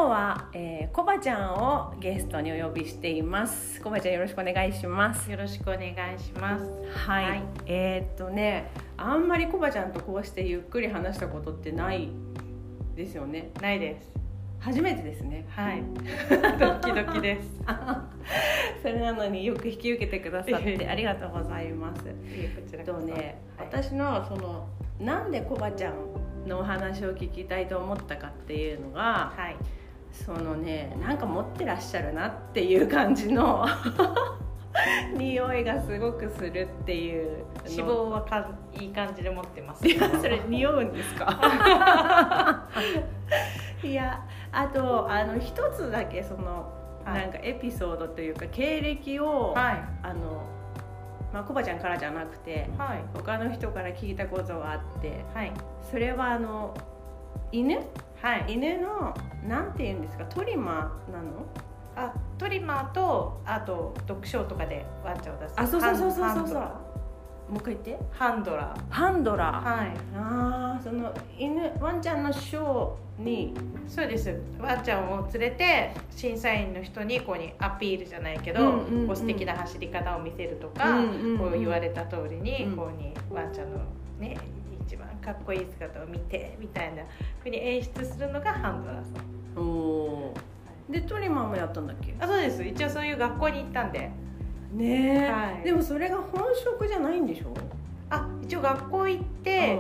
は、コバちゃんをゲストにお呼びしています。コバちゃんよろしくお願いします。 よろしくお願いします。 はい、あんまりコバちゃんとこうしてゆっくり話したことってないですよね。 ないです。 初めてですね。 はい。ドキドキです。 それなのによく引き受けてくださってありがとうございます。 こちらこそ。 私のそのなんでコバちゃんのお話を聞きたいと思ったかっていうのが、 はい、 そのね、なんか持ってらっしゃるなっていう感じの匂いがすごくするっていう脂肪はいい感じで持ってます。 いや、それ匂うんですか？いや、あと一つだけその、なんかエピソードというか経歴を、コバちゃんからじゃなくて、他の人から聞いたことがあって、それは犬のなんていうんですか、トリマーなの？ トリマーとあとドッグショーとかでワンちゃんを出す。 そう。もう一回言って。ハンドラー。そのワンちゃんのショーに。 そうです。ワンちゃんを連れて審査員の人にこうにアピールじゃないけど、こう素敵な走り方を見せるとか、こう言われた通りにこうにワンちゃんのね一番かっこいい姿を見てみたいなふうに演出するのがハンドラーさん。 でトリマーもやったんだっけ？ そうです。一応そういう学校に行ったんでねえ、でもそれが本職じゃないんでしょ？ 一応学校行って、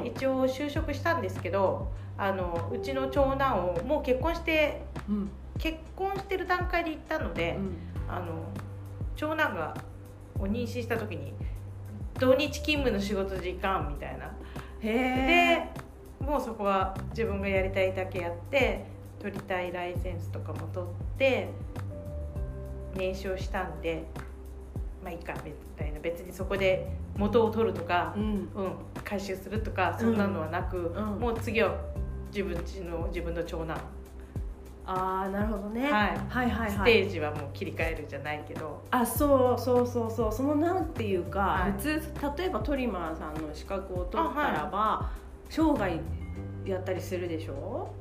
一応就職したんですけど、うちの長男をもう結婚してる段階で行ったので、長男が妊娠した時に土日勤務の仕事時間みたいな。でもうそこは自分がやりたいだけやって取りたいライセンスとかも取って燃焼したんで、いいかみたいな、別にそこで元を取るとか、回収するとかそんなのはなく、もう次は自分の長男。 なるほどね。 ステージはもう切り替えるじゃないけど。 そうそのなんていうか、普通例えばトリマーさんの資格を取ったらば、生涯やったりするでしょ？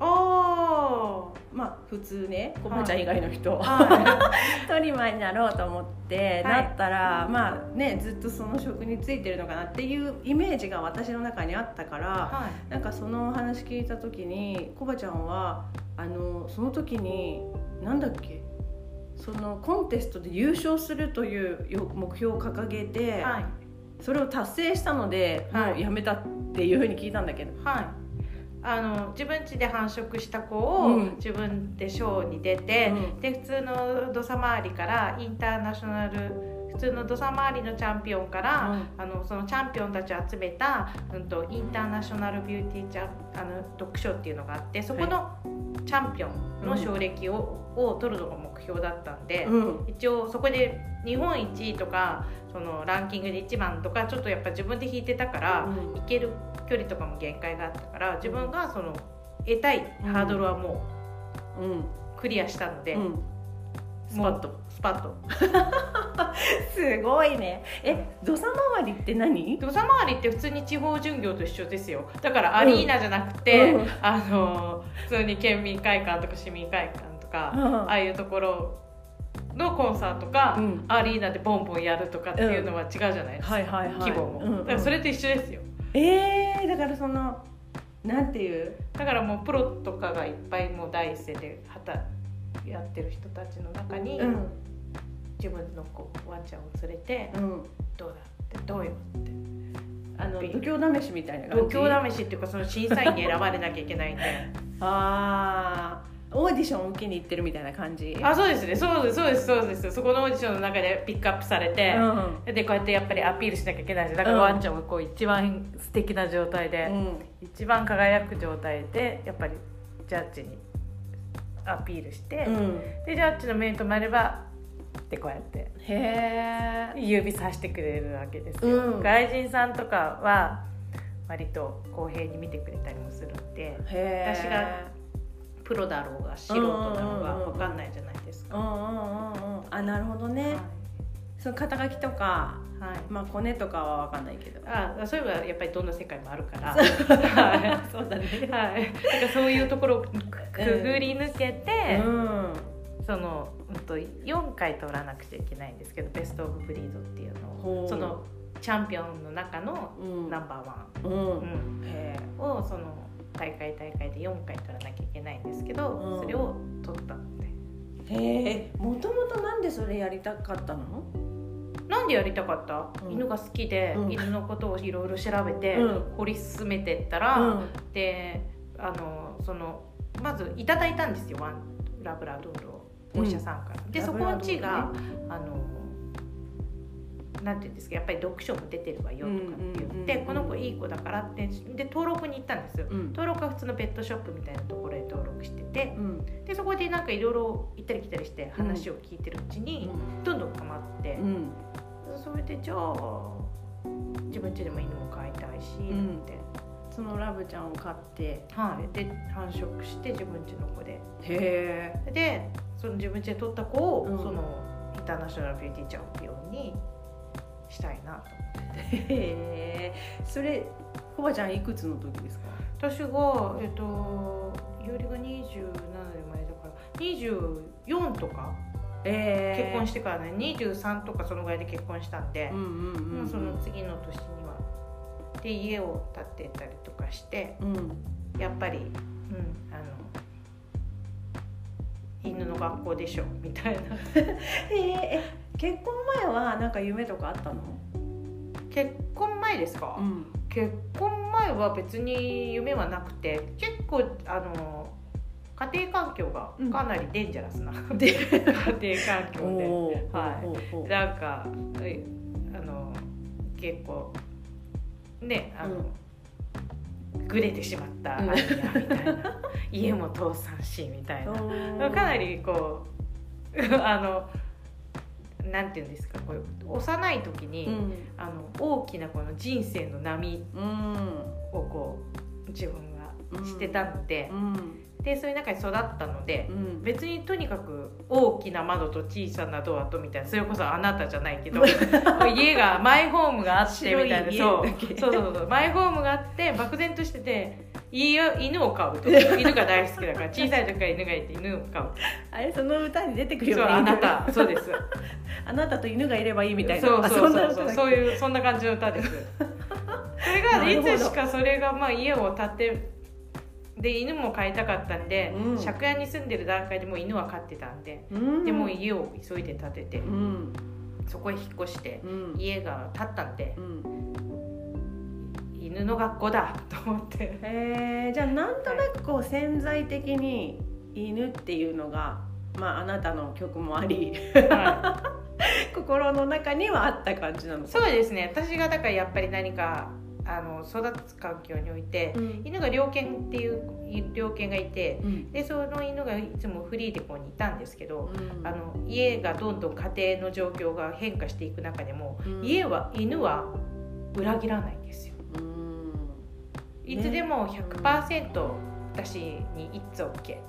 普通ね、コバちゃん以外の人、トリマーになろうと思ってなったら、ずっとその職についてるのかなっていうイメージが私の中にあったから、なんかそのお話聞いた時にコバちゃんはその時になんだっけ、そのコンテストで優勝するという目標を掲げて、それを達成したのでもうやめたっていうふうに聞いたんだけど、 自分家で繁殖した子を自分でショーに出て、で普通の土佐回りからインターナショナル、普通の土佐回りのチャンピオンから、そのチャンピオンたちを集めた、インターナショナルビューティードッグショーっていうのがあって、そこのチャンピオンの奨励を取るのが目標だったんで、一応そこで日本1位とかそのランキングで1番とかちょっとやっぱ自分で引いてたから、行ける距離とかも限界があったから、自分がその得たいハードルはもうクリアしたので、スパッとすごいね。土佐回りって何？ 土佐回りって普通に地方巡業と一緒ですよ。だからアリーナじゃなくて、普通に県民会館とか市民会館とか、ああいうところのコンサートか、アリーナでボンボンやるとかっていうのは違うじゃないですか、規模も。だからそれと一緒ですよ。 だからそのなんていう、 だからもうプロとかがいっぱいもう第一線でやってる人たちの中に、自分のワンちゃんを連れて、どうだってどうよって度胸試しみたいな感じ。 度胸試しっていうか、その審査員に選ばれなきゃいけないんでオーディションを受けに行ってるみたいな感じ。 そうですね。そうです。そこのオーディションの中でピックアップされて、でこうやってやっぱりアピールしなきゃいけないし、だからワンちゃんもこう一番素敵な状態で、一番輝く状態でやっぱりジャッジにアピールして、でジャッジの目に留まればでこうやって指さしてくれるわけですよ。外人さんとかは割と公平に見てくれたりもするんで、私がプロだろうが素人だろうが分かんないじゃないですか。 なるほどね。その肩書きとかはい、 まあコネとかは分かんないけど、 そういえばやっぱりどんな世界もあるからそうだね、 はい、なんかそういうところをくぐり抜けて、その4回取らなくちゃいけないんですけど、ベストオブブリードっていうのをそのチャンピオンの中のナンバーワンをその大会で4回取らなきゃいけないんですけど、それを取ったので。 もともとなんでそれやりたかったの？ なんでやりたかった？犬が好きで、犬のことをいろいろ調べて、掘り進めてったら、でそのまずいただいたんですよ、ワンラブラドールをお医者さんから。でそこんちがなんていうんですか、やっぱり読書も出てるわよとかって言って、この子いい子だからってで登録に行ったんですよ、登録は普通のペットショップみたいなところへ登録してて、でそこでなんかいろいろ行ったり来たりして話を聞いてるうちに、どんどんハマって、それでじゃあ自分家でも犬を飼いたいしって、 そのラブちゃんを飼って、 で繁殖して自分家の子で、でその自分家で取った子を、そのインターナショナルビューティーチャンピオンにしたいなと思って。 それコバちゃんいくつの時ですか？ 私がいおりが27年前だから24とか、結婚してからね、23とかそのぐらいで結婚したんで、もうその次の年にはで家を建てたりとかして、やっぱり、犬の学校でしょみたいな。 結婚前はなんか夢とかあったの？ 結婚前ですか？結婚前は別に夢はなくて、結構家庭環境がかなりデンジャラスな、家庭環境で、なんか結構ねグレてしまったアニヤみたいな家も倒産しみたいな、かなりこうなんていうんですか、こう幼い時に、大きなこの人生の波をこう自分がしてたので、でそういう中に育ったので、別にとにかく大きな窓と小さなドアとみたいな、それこそあなたじゃないけど家がマイホームがあってみたいな、そうマイホームがあって漠然としてて、犬を飼うと、犬が大好きだから小さい時から犬がいて犬を飼う。 あれその歌に出てくるよね。 そう、あなた、そうですあなたと犬がいればいいみたいな。 そんな感じの歌です。それがいつしかそれが家を建てで犬も飼いたかったんで、借家に住んでる段階でもう犬は飼ってたんで、でも家を急いで建てて、そこへ引っ越して、家が建ったんで、犬の学校だと思って。 じゃあなんとなくこう潜在的に犬っていうのが、あなたの曲もあり、心の中にはあった感じなのか。 そうですね。私がだからやっぱり何か育つ環境において、犬が猟犬っていう猟犬がいて、でその犬がいつもフリーでここにいたんですけど、家がどんどん家庭の状況が変化していく中でも、犬は裏切らないんですよ。いつでも 100% 私に It's OK、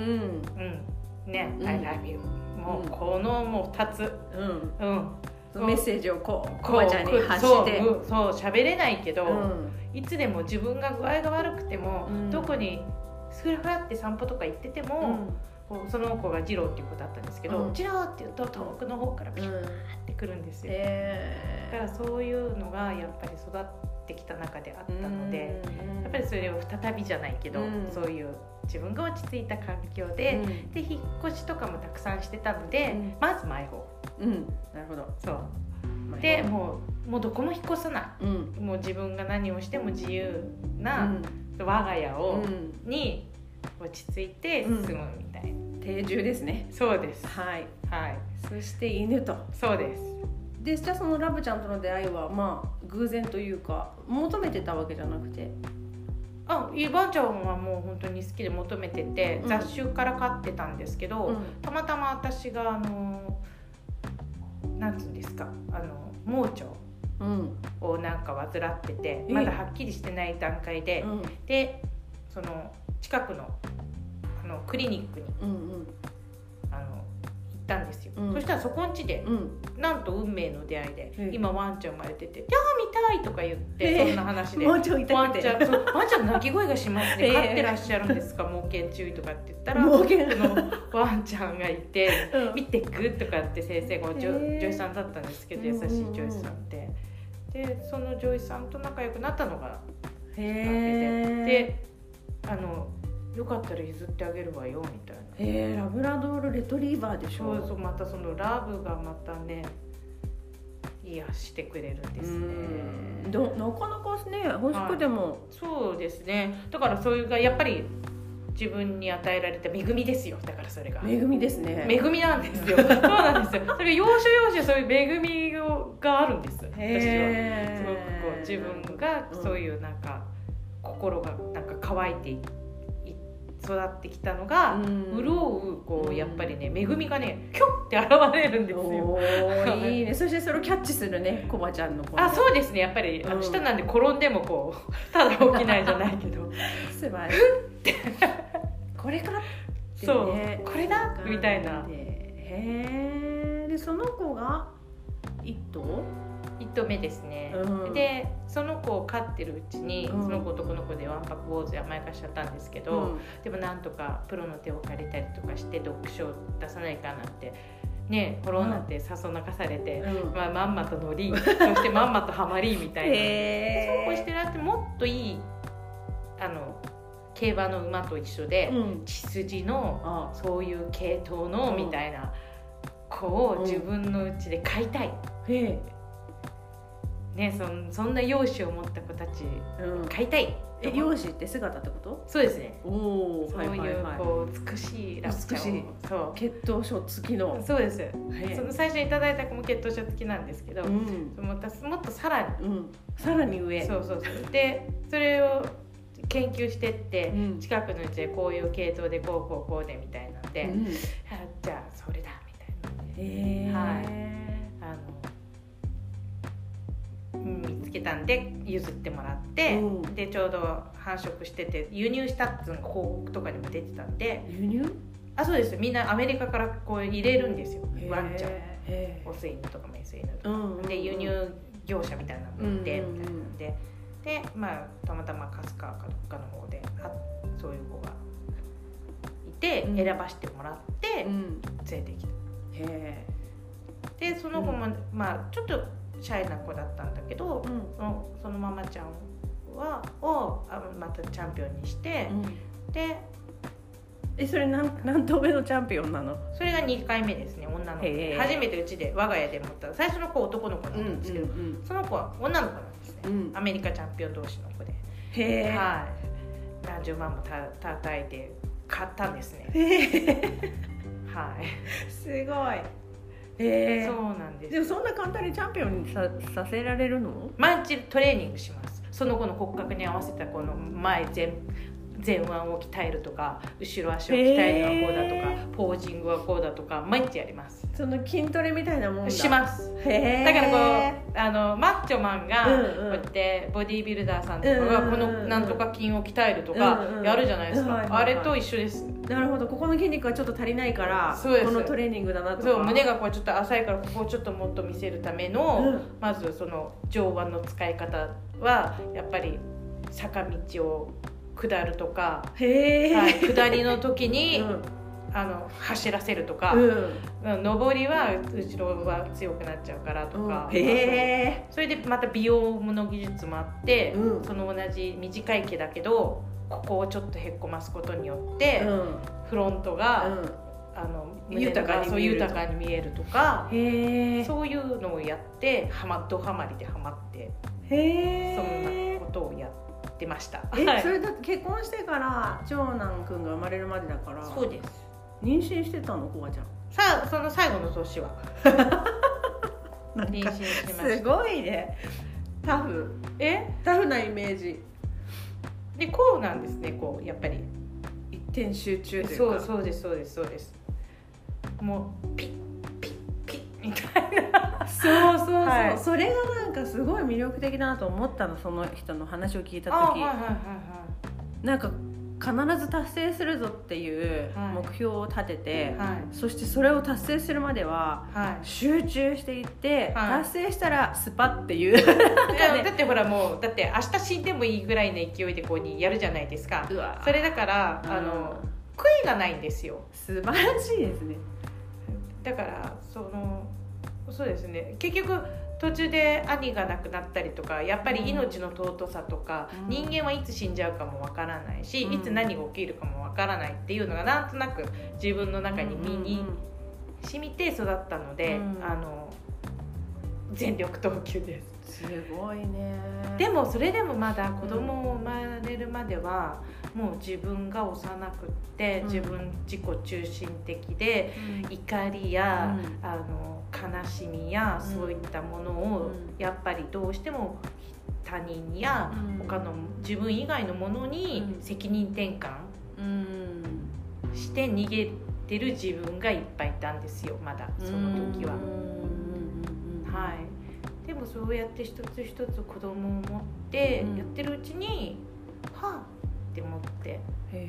ね、I love you、もうこのもう2つ、 メッセージをコバちゃんに発して、 そう喋れないけど、いつでも自分が具合が悪くても、どこにふらふらって散歩とか行ってても、その子がジローっていう子だったんですけど、ジローって言うと遠くの方からピューってくるんですよ。だからそういうのがやっぱり育ってきた中であったので、やっぱりそれを再びじゃないけど、そういう自分が落ち着いた環境で、で引っ越しとかもたくさんしてたので、まずマイホーム、 なるほど。 そうでもうどこも引っ越さない、もう自分が何をしても自由な我が家に落ち着いて住むみたいな、 定住ですね。 そうです。 はい、そして犬と。 そうです。 でじゃあそのラブちゃんとの出会いは偶然というか求めてたわけじゃなくて、 イバちゃんはもう本当に好きで求めてて、雑種から飼ってたんですけど、たまたま私がなんていうんですか、盲腸をなんか患ってて、まだはっきりしてない段階で、でその近くのクリニックに行ったんですよ、 うん、 そしたらそこん家で、 うん、 なんと運命の出会いで、今ワンちゃん生まれてて「じゃあ見たい!」とか言って、そんな話でワンちゃん痛くてワンちゃんの鳴き声がしますね、飼ってらっしゃるんですか、猛犬注意とかって言ったら、 猛犬のワンちゃんがいてうん、 見てくとかって先生が女医さんだったんですけど、優しい女医さんで、でその女医さんと仲良くなったのがきっかけで、よかったら譲ってあげるわよみたいな。 ラブラドールレトリーバーでしょ。 そうそう、またそのラブがまたね癒してくれるんですね。 なかなかね欲しくても、 はい、そうですね。だからそれがやっぱり自分に与えられた恵みですよ。だからそれが恵みですね。 恵みなんですよ。そうなんですよ。それが要所要所そういう恵みがあるんです。私はすごくこう自分がそういうなんか、心がなんか乾いて育ってきたのが、潤うこうやっぱりね恵みがねキョッって現れるんですよ。 いいね。そしてそれをキャッチするね、コバちゃんの子。 あ、そうですね。やっぱり下なんで転んでもこうただ起きないじゃないけど素晴らしい。これかって、ね、 そうこれだみたいな。 でその子が1頭目ですね、でその子を飼ってるうちに、その子男の子でわんぱく坊主で甘やかしちゃったんですけど、でもなんとかプロの手を借りたりとかしてドッグショー出さないかなんてね、コロナってさそなかされて、まんまと乗りそしてまんまとハマりみたいなそうこうしてなって、もっといい競馬の馬と一緒で、血筋のそういう系統のみたいな子を自分のうちで飼いたい、ね、そんな容姿を持った子たち飼いたい。 容姿って姿ってこと？ そうですね。 そういうこう美しいラッチャを、そう血統書付きの。 そうです。その最初にいただいた子も血統書付きなんですけど、もっとさらに、 さらに上。 そうでそれを研究してって、近くのうちでこういう系統でこうでみたいなんで、じゃあそれだみたいなので、見つけたんで譲ってもらって、でちょうど繁殖してて輸入したっていうのが広告とかにも出てたんで。 輸入？ そうです。みんなアメリカからこう入れるんですよ、ワンちゃん、オス犬とかメス犬とか、で輸入業者みたいなので、みたいなんで、たまたま春日かどっかの方でそういう子がいて、選ばせてもらって連れてきた。でその子もちょっとシャイな子だったんだけど、そのママちゃんをまたチャンピオンにして、でそれ何頭目のチャンピオンなの？ それが2回目ですね。女の子で初めてうちで我が家で持った最初の子男の子だったんですけど、その子は女の子なんですね、アメリカチャンピオン同士の子で、何十万も叩いて買ったんですね。 すごい。 そうなんです。 でもそんな簡単にチャンピオンにさせられるの？ 毎日トレーニングします。その子の骨格に合わせたこの前前腕を鍛えるとか、後ろ足を鍛えるのはこうだとか、ポージングはこうだとか毎日やります。 その筋トレみたいなもんだ。 します。だからこうマッチョマンがこうやってボディービルダーさんとかがこのなんとか筋を鍛えるとかやるじゃないですか。あれと一緒です。 なるほど。ここの筋肉がちょっと足りないからこのトレーニングだなとか。 そう、胸がこうちょっと浅いからここをちょっともっと見せるための、まずその上腕の使い方はやっぱり坂道を下るとか、下りの時に、走らせるとか、上りは後ろは強くなっちゃうからとか、それでまた美容の技術もあって、その同じ短い毛だけどここをちょっとへっこますことによって、フロントが、豊かに見えるとか、そういうのをやってドハマりでハマって、そんなことをやってました。 それだって結婚してから長男くんが生まれるまでだから。 そうです。 妊娠してたの、コバちゃん。 その最後の年は妊娠してました。 すごいね。タフなイメージで、こうなんですね。こうやっぱり一点集中というか。 そうです。もうピッピッピッみたいな。 そう、それがなんかすごい魅力的だなと思ったの。その人の話を聞いた時、なんか必ず達成するぞっていう目標を立てて、 はい、 そしてそれを達成するまでは集中していって、はい、達成したらスパっていう、 だってほらもうだって明日死んでもいいぐらいの勢いでこうにやるじゃないですか。それだから悔いがないんですよ。 素晴らしいですね。 だからそうですね、結局途中で兄が亡くなったりとか、やっぱり命の尊さとか、人間はいつ死んじゃうかもわからないし、いつ何が起きるかもわからないっていうのがなんとなく自分の中に身に染みて育ったので、全力投球です。 すごいね。 でもそれでもまだ子供を生まれるまではもう自分が幼くって自己中心的で、怒りや、悲しみやそういったものをやっぱりどうしても他人や他の自分以外のものに責任転換して逃げてる自分がいっぱいいたんですよ、まだその時は。はい。でもそうやって一つ一つ子供を持ってやってるうちに、はあって思って、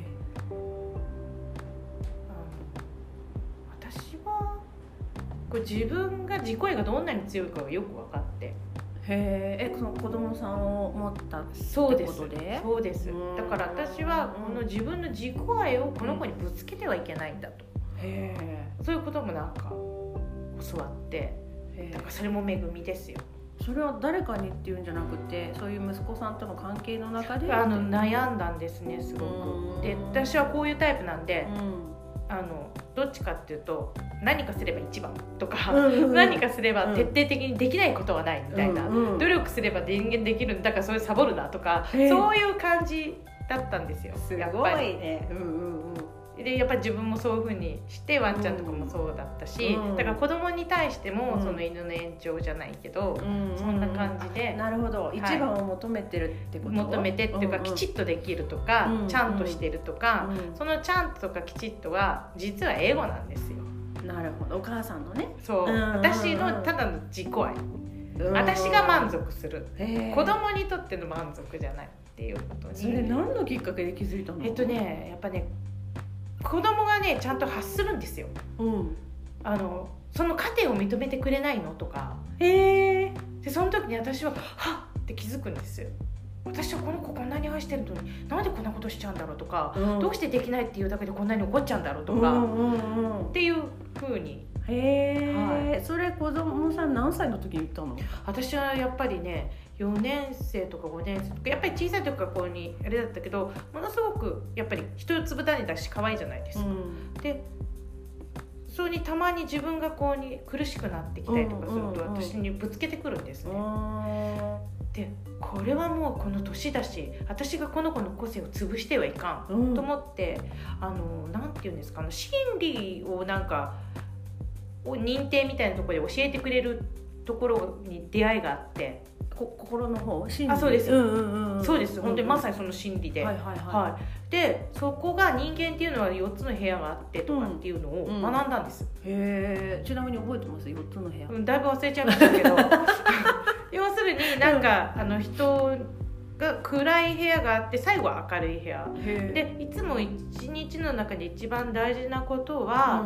私はこれ自分が自己愛がどんなに強いかがよく分かって。 その子供さんを持ったってことで？ そうです。 だから私はこの自分の自己愛をこの子にぶつけてはいけないんだと。そういうこともなんか教わって、だからそれも恵みですよ。 それは誰かにっていうんじゃなくて、そういう息子さんとの関係の中で悩んだんですね、すごく。で、私はこういうタイプなんで、どっちかっていうと何かすれば一番とか、何かすれば徹底的にできないことはないみたいな、努力すれば人間できるんだからそれサボるなとか、そういう感じだったんですよ。 すごいね。 でやっぱり自分もそういう風にしてワンちゃんとかもそうだったし、だから子供に対してもその犬の延長じゃないけど、そんな感じで。 なるほど、一番を求めてるってこと？ 求めてっていうか、きちっとできるとか、ちゃんとしてるとか、そのちゃんととかきちっとは実はエゴなんですよ。 なるほど、お母さんのね。 そう、私のただの自己愛、私が満足する、子供にとっての満足じゃないっていうことに。 それ何のきっかけで気づいたの？ やっぱね、子供がねちゃんと発するんですよ。その過程を認めてくれないのとか。でその時に私ははっって気づくんですよ。私はこの子こんなに愛してるのになんでこんなことしちゃうんだろうとか、どうしてできないっていうだけでこんなに怒っちゃうんだろうとか、っていう風に。 それ子供さん何歳の時に言ったの？ 私はやっぱりね4年生とか5年生とか、やっぱり小さい時からこうにあれだったけど、ものすごくやっぱり一粒種だし可愛いじゃないですか。でそれにたまに自分がこうに苦しくなってきたりとかすると私にぶつけてくるんですね。でこれはもうこの年だし私がこの子の個性を潰してはいかん、と思ってなんていうんですか、心理をなんか認定みたいなところで教えてくれるところに出会いがあって。 心の方、心理。 そうです、そうです、本当にまさにその心理で、でそこが人間っていうのは4つの部屋があってとかっていうのを学んだんです。 ちなみに覚えてます？4つの部屋。 だいぶ忘れちゃいましたけど要するになんか人が暗い部屋があって最後は明るい部屋で、いつも一日の中で一番大事なことは、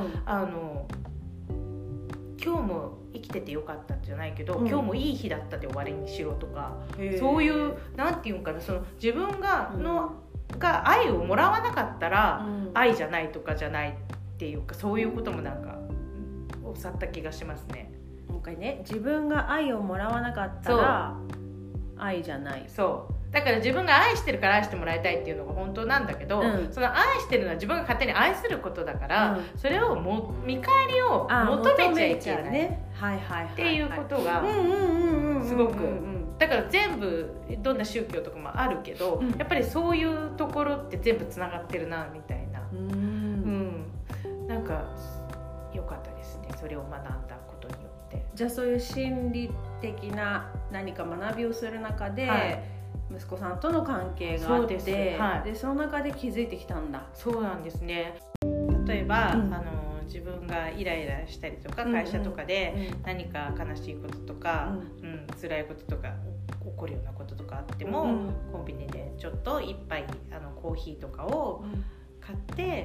今日も生きててよかったじゃないけど、今日もいい日だったで終わりにしろとか、そういうなんていうんかな、その自分が愛をもらわなかったら、愛じゃないとかじゃないっていうか、そういうこともなんか教わった気がしますね。 もう一回ね、自分が愛をもらわなかったら愛じゃない。 そうだから自分が愛してるから愛してもらいたいっていうのが本当なんだけど、その愛してるのは自分が勝手に愛することだから、それを見返りを求めちゃいけないっていうことがすごく、だから全部どんな宗教とかもあるけど、やっぱりそういうところって全部つながってるなみたいな、なんか良かったですね、それを学んだことによって。 じゃあそういう心理的な何か学びをする中で、息子さんとの関係があって、でその中で気づいてきたんだ。 そうなんですね。例えば、自分がイライラしたりとか、会社とかで何か悲しいこととか、辛いこととか起こるようなこととかあっても、コンビニでちょっと一杯コーヒーとかを買って、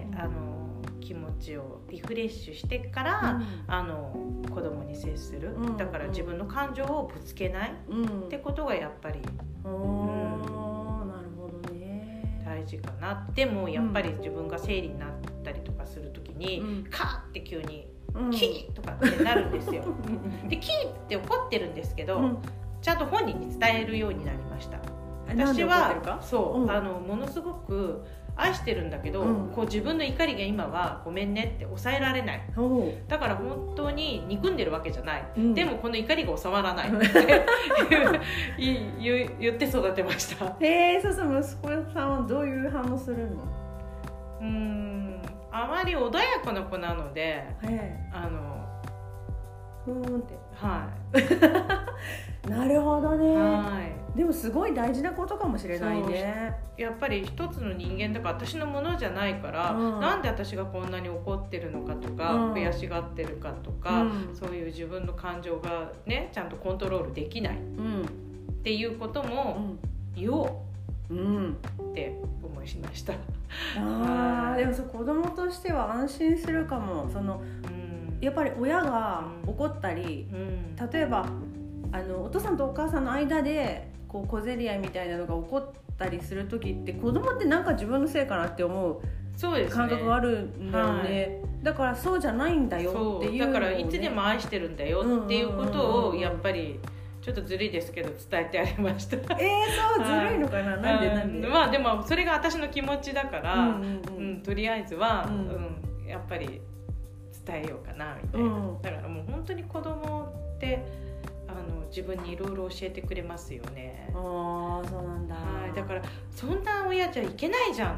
気持ちをリフレッシュしてから、子供に接する、だから自分の感情をぶつけない、ってことがやっぱり、 なるほどね、 大事かな。でもやっぱり自分が生理になったりとかするときに、カーって急にキーとかってなるんですよ。でキーって怒ってるんですけど、ちゃんと本人に伝えるようになりました。私はそう、ものすごく愛してるんだけど、こう自分の怒りが今はごめんねって抑えられない、だから本当に憎んでるわけじゃない、でもこの怒りが収まらないって言って育てました。 そうそう、息子さんはどういう反応するの？ あまり穏やかな子なので、 ふーんって、なるほどね、でもすごい大事なことかもしれないね。 やっぱり一つの人間だから私のものじゃないから、なんで私がこんなに怒ってるのかとか、悔しがってるかとか、そういう自分の感情がねちゃんとコントロールできない、っていうことも言おう、って思いました。 でも子供としては安心するかも。やっぱり親が怒ったり、例えばお父さんとお母さんの間でこう小競り合いみたいなのが起こったりする時って、子供ってなんか自分のせいかなって思う感覚があるんだよね。だからそうじゃないんだよっていうのを、ね、 だからいつでも愛してるんだよっていうことをやっぱりちょっとずるいですけど伝えてありました。 そうずるいのかな、なんでまあでもそれが私の気持ちだから、とりあえずは、やっぱり伝えようかなみたいな、だからもう本当に子供って自分にいろいろ教えてくれますよね。 そうなんだ、 だからそんな親じゃいけないじゃんって、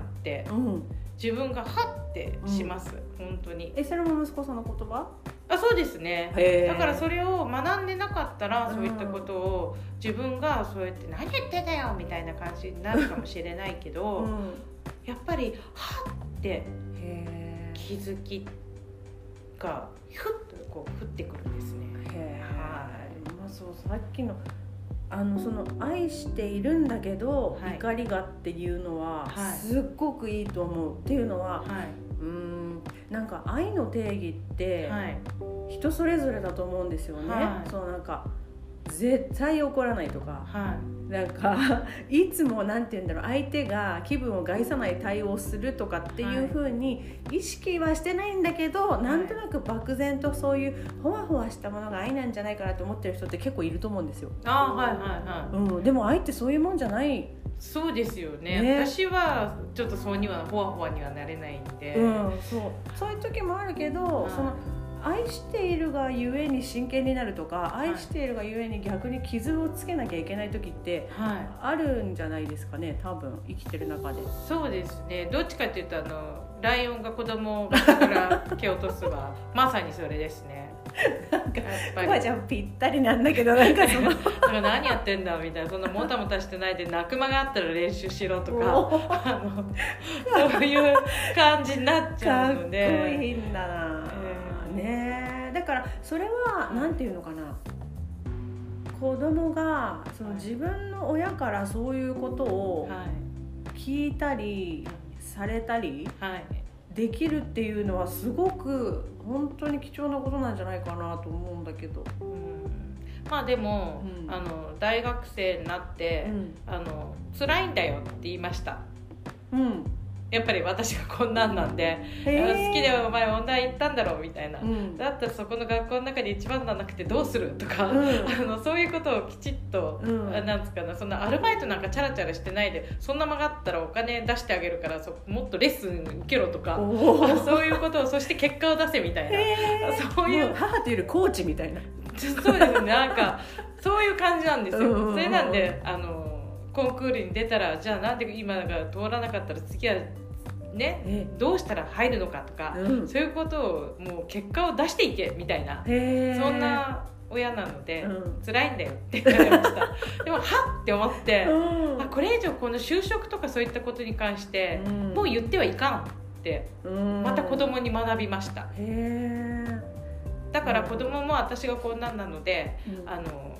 自分がハッてします、本当に。 それも息子さんの言葉？ そうですね。だからそれを学んでなかったら、そういったことを自分がそうやって何言ってんだよみたいな感じになるかもしれないけど、やっぱりハッて気づきがふっとこう降ってくるんですね。 さっきのその愛しているんだけど、怒りがっていうのはすっごくいいと思う。っていうのは、なんか愛の定義って人それぞれだと思うんですよね。なんか絶対怒らないとか、なんかいつもなんて言うんだろう、相手が気分を害さない対応をするとかっていう風に意識はしてないんだけど、なんとなく漠然とそういうほわほわしたものが愛なんじゃないかなと思ってる人って結構いると思うんですよ。でも愛ってそういうもんじゃない。 そうですよね。私はちょっとそうにはほわほわにはなれないんで、 そういう時もあるけど、愛しているがゆえに真剣になるとか、愛しているがゆえに逆に傷をつけなきゃいけない時ってあるんじゃないですかね、多分生きてる中で。 そうですね。どっちかっていうとライオンが子供から蹴落とすはまさにそれですね。 なんかおばあちゃんぴったりなんだけど、なんか何やってんだみたいな、そんなもたもたしてないで泣く間があったら練習しろとかそういう感じになっちゃうので。 かっこいいんだな、だからそれはなんていうのかな、子供が自分の親からそういうことを聞いたりされたりできるっていうのはすごく本当に貴重なことなんじゃないかなと思うんだけど、 まあでも、大学生になって、辛いんだよって言いました。やっぱり私がこんなんで、好きでお前音大行ったんだろうみたいな、だったらそこの学校の中で一番なんなくてどうするとか、そういうことをきちっと、なんつかな、そんなアルバイトなんかチャラチャラしてないで、そんな曲がったらお金出してあげるからもっとレッスン受けろとか、そういうことを、そして結果を出せみたいな、そういう母というよりコーチみたいなそうですね、なんかそういう感じなんですよ。それなんでコンクールに出たら、じゃあなんで今が通らなかったら次はね、どうしたら入るのかとか、そういうことをもう結果を出していけみたいな、そんな親なので、辛いんだよって言われましたでもはっって思って、これ以上この就職とかそういったことに関して、もう言ってはいかんってまた子供に学びました。だから子供も私がこんなんなので、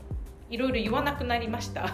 いろいろ言わなくなりました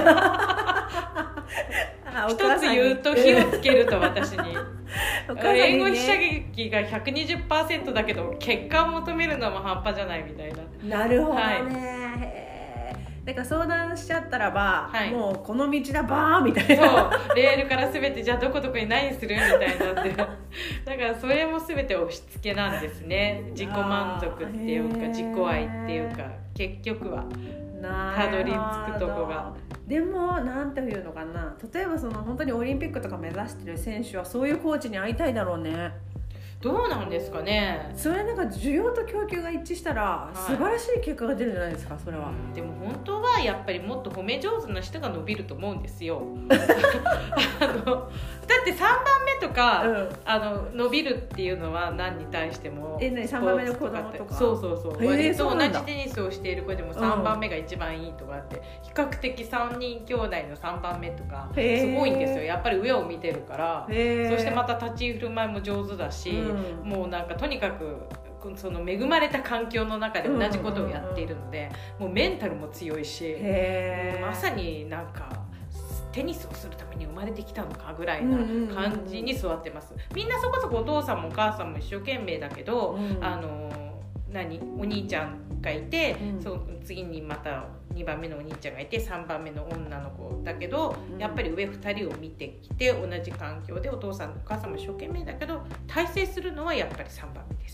一つ言うと火をつけると私に英語射撃が 120% だけど結果を求めるのも半端じゃないみたいな。 なるほどね、だから相談しちゃったらば、もうこの道だバーみたいな、そうレールから全てじゃあどこどこに何するみたいになってだからそれも全て押し付けなんですね。自己満足っていうか自己愛っていうか結局はたどり着くとこが。 でもなんていうのかな、例えばその本当にオリンピックとか目指してる選手はそういうコーチに会いたいだろうね。 どうなんですかね。 それなんか需要と供給が一致したら素晴らしい結果が出るんじゃないですか、それは。 でも本当はやっぱりもっと褒め上手な人が伸びると思うんですよだって3番目とか、伸びるっていうのは何に対しても 3番目の子供とかそう割と同じテニスをしている子でも3番目が一番いいとかって、比較的3人兄弟の3番目とかすごいんですよ。やっぱり上を見てるから。そしてまた立ち振る舞いも上手だし、もうなんかとにかくその恵まれた環境の中で同じことをやっているので、もうメンタルも強いし、まさになんかテニスをするために生まれてきたのかぐらいな感じに育ってます。みんなそこそこお父さんもお母さんも一生懸命だけど、お兄ちゃんがいて、その次にまた2番目のお兄ちゃんがいて3番目の女の子だけど、やっぱり上2人を見てきて同じ環境でお父さんお母さんも一生懸命だけど大成するのはやっぱり3番目です。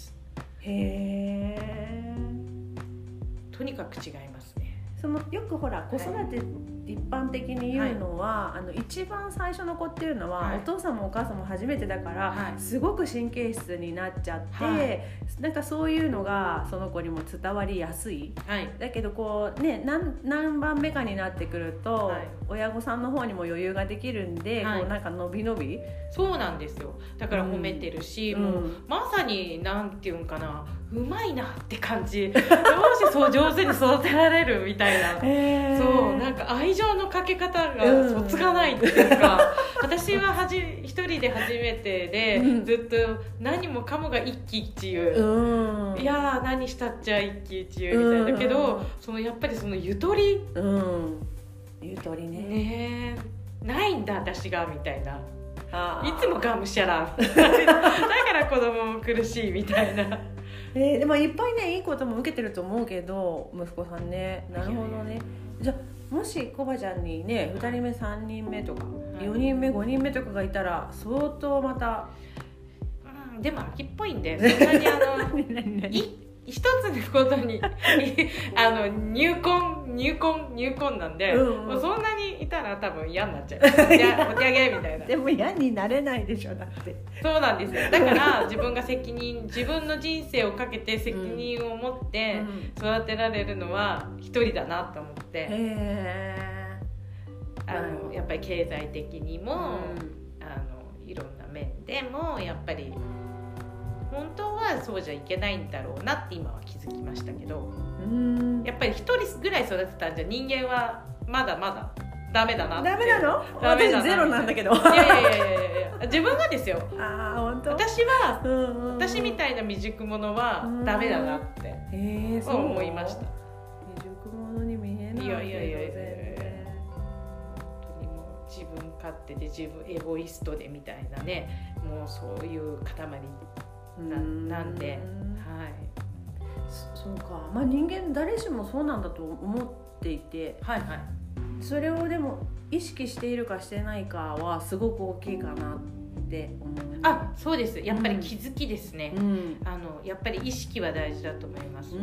とにかく違いますね。 そのよくほら子育て一般的に言うのは、一番最初の子っていうのは、お父さんもお母さんも初めてだから、すごく神経質になっちゃって、なんかそういうのがその子にも伝わりやすい、だけどこうね、何番目かになってくると、親御さんの方にも余裕ができるんで、こうなんか伸び伸び、 そうなんですよ。だから褒めてるし、もうまさになんていうんかな、うまいなって感じ。どうしてそう上手に育てられるみたいな、そうなんか愛情のかけ方がそつがないっていうか、私は一人で初めてで、ずっと何もかもが一喜一憂、いや何したっちゃ一喜一憂みたいだけど、そのやっぱりそのゆとり、 ゆとりねないんだ私がみたいな。いつもがむしゃらだから子供も苦しいみたいな。 でもいっぱいねいいことも受けてると思うけど、息子さんね。なるほどね。じゃあもしコバちゃんにね2人目3人目とか4人目5人目とかがいたら相当また、 でも秋っぽいんでそんなに一つのことに入婚なんで、もうそんなにいたら多分嫌になっちゃう。じゃあお手上げみたいな。 でも嫌になれないでしょ、だって。 そうなんですよ。だから自分が自分の人生をかけて責任を持って育てられるのは一人だなと思って、やっぱり経済的にも、いろんな面でもやっぱり本当はそうじゃいけないんだろうなって今は気づきましたけど、やっぱり一人ぐらい育てたんじゃ人間はまだまだダメだなって。 ダメなの？私ゼロなんだけど。いや自分がですよ。 本当？ 私みたいな未熟者はダメだなって思いました。 未熟者に見えない。 いや本当にもう自分勝手でエゴイストでみたいなね、もうそういう塊なんで、 そうか。まあ人間誰しもそうなんだと思っていて、それをでも意識しているかしてないかはすごく大きいかなって思う。 そうです。やっぱり気づきですね。やっぱり意識は大事だと思います。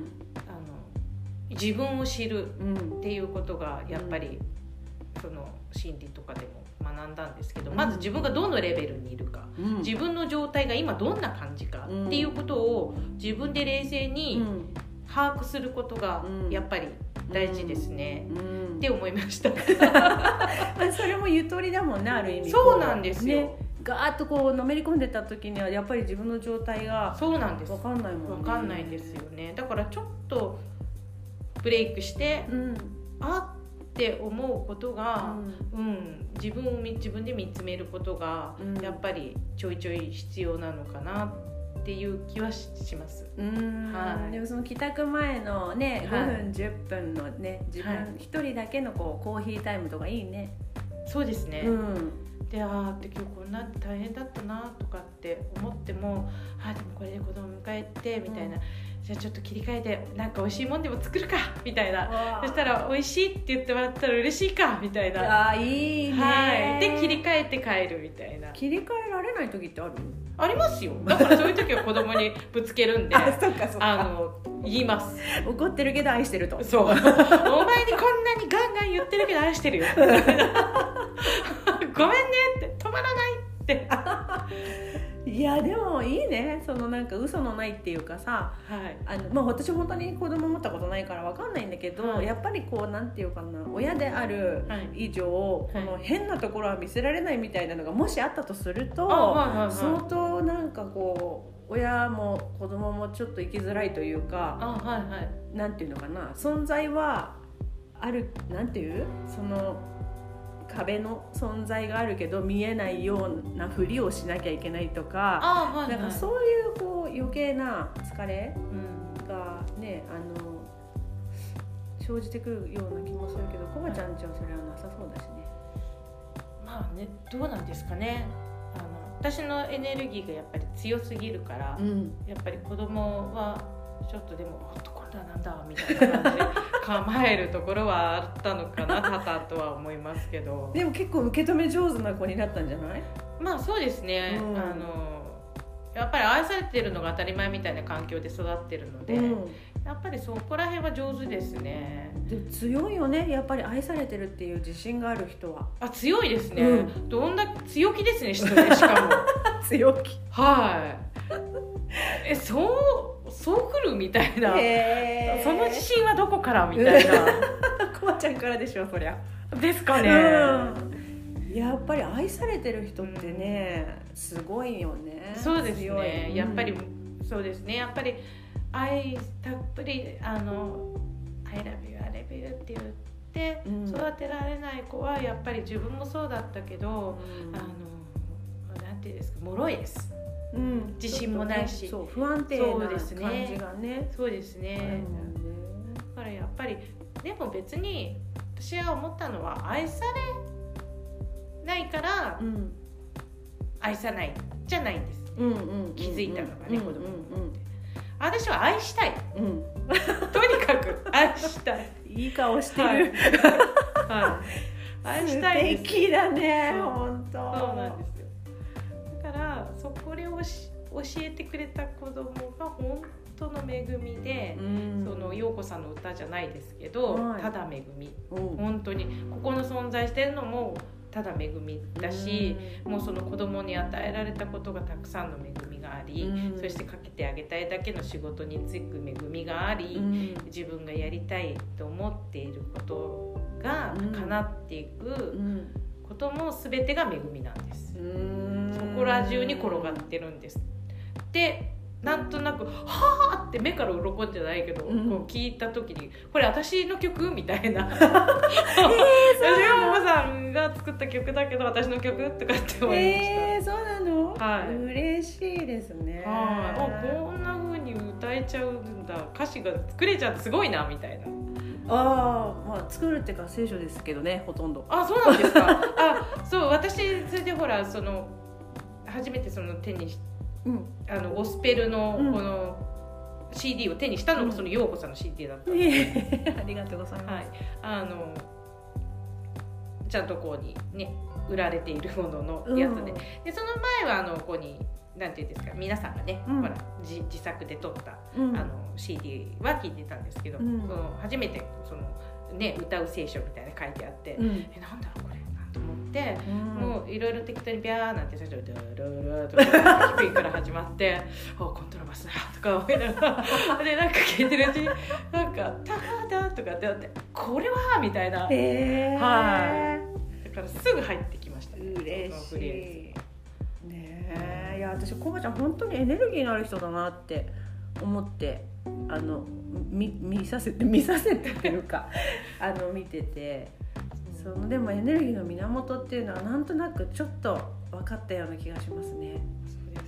自分を知るっていうことがやっぱりその心理とかでも学んだんですけど、まず自分がどのレベルにいるか、自分の状態が今どんな感じかっていうことを自分で冷静に把握することがやっぱり大事ですね、って思いましたそれもゆとりだもんね、ある意味。 そうなんですよ、 ね、ガーッとこうのめり込んでた時にはやっぱり自分の状態が分かんないもんね。 分かんないんですよね。だからちょっとブレイクして、って思うことが、自分で見つめることが、やっぱりちょいちょい必要なのかなっっていう気はします。 はい、でもその帰宅前のね5分10分のね自分一人だけのこうコーヒータイムとかいいね。 そうですね、でって今日こんな大変だったなとかって思ってもでもこれで子供迎えてみたいな、じゃあちょっと切り替えてなんか美味しいもんでも作るかみたいな、そしたら美味しいって言ってもらったら嬉しいかみたいな、 いいね、 で切り替えて帰るみたいな。 切り替えられない時ってある？ ありますよ。だからそういう時は子供にぶつけるんでそっか言います。 怒ってるけど愛してると。 そうお前にこんなにガンガン言ってるけど愛してるよごめんねって止まらないっていやでもいいね、そのなんか嘘のないっていうかさ、私本当に子供持ったことないから分かんないんだけど、やっぱりこうなんていうかな、親である以上、この変なところは見せられないみたいなのがもしあったとすると、相当なんかこう親も子供もちょっと生きづらいというか、なんていうのかな、存在はある、なんていうその壁の存在があるけど見えないようなふりをしなきゃいけないとか、なんかそういうこう余計な疲れがね、生じてくるような気もするけど、コバちゃんちはそれはなさそうだしね。 まあね、どうなんですかね。私のエネルギーがやっぱり強すぎるから、やっぱり子供はちょっとでも今度はなんだみたいな感じで構えるところはあったのかな多々とは思いますけど、 でも結構受け止め上手な子になったんじゃない？ まあそうですね、やっぱり愛されてるのが当たり前みたいな環境で育ってるので、やっぱりそこら辺は上手ですね。 で強いよね、やっぱり愛されてるっていう自信がある人は。 強いですね、どんな強気ですね、しかも強気、 そう来るみたいな、その自信はどこからみたいなコバちゃんからでしょ、そりゃ。 ですかね、 やっぱり愛されてる人ってね、すごいよね。 そうですね、やっぱりそうですね、やっぱり愛たっぷりI love you, I love you って言って育てられない子はやっぱり自分もそうだったけど、なんていうんですか、脆いです、自信もないし、 不安定な感じがね。 そうですね、だからやっぱりでも別に私は思ったのは、愛されないから、愛さないじゃないんです、気づいたのがね、子供って。私は愛したい、とにかく愛したい。 いい顔してる、 愛したいです。 素敵だね、本当。 そうなんですよ。だからこれを教えてくれた子供が本当の恵みで、その陽子さんの歌じゃないですけど、ただ恵み、本当にここの存在してるのもただ恵みだし、もうその子供に与えられたことがたくさんの恵みがあり、そしてかけてあげたいだけの仕事に就く恵みがあり、自分がやりたいと思っていることが叶っていくことも全てが恵みなんです。そこら中に転がってるんです。でなんとなくはーって目から鱗じゃないけど、こう聞いた時にこれ私の曲みたいな、吉本さんが作った曲だけど私の曲とかって思いました。 そうなの、嬉しいですね。 こんな風に歌えちゃうんだ、歌詞が作れちゃってすごいなみたいな。 作るっていうか聖書ですけどね、ほとんど。 そうなんですか。そう、私それでほら初めて手にゴスペルのこの CD を手にしたのがその陽子さんの CD だったので、 ありがとうございます。 ちゃんとこうにね売られているもののやつで、でその前はここになんていうんですか、皆さんがね、ほら自作で撮った、CD は聴いてたんですけど、初めて歌う聖書みたいな書いてあって、なんだろうこれと思って、もういろいろ適当にビャーなんて最初ドゥルルとか低いから始まってコントラバスだとか思いながらでなんか聴いてるうちになんかターダとかってなってこれはみたいな、だからすぐ入ってきました。 嬉しいね。いや私コバちゃん本当にエネルギーのある人だなって思って見させてっていうか見てて。でもエネルギーの源っていうのはなんとなくちょっと分かったような気がしますね。 そうですか。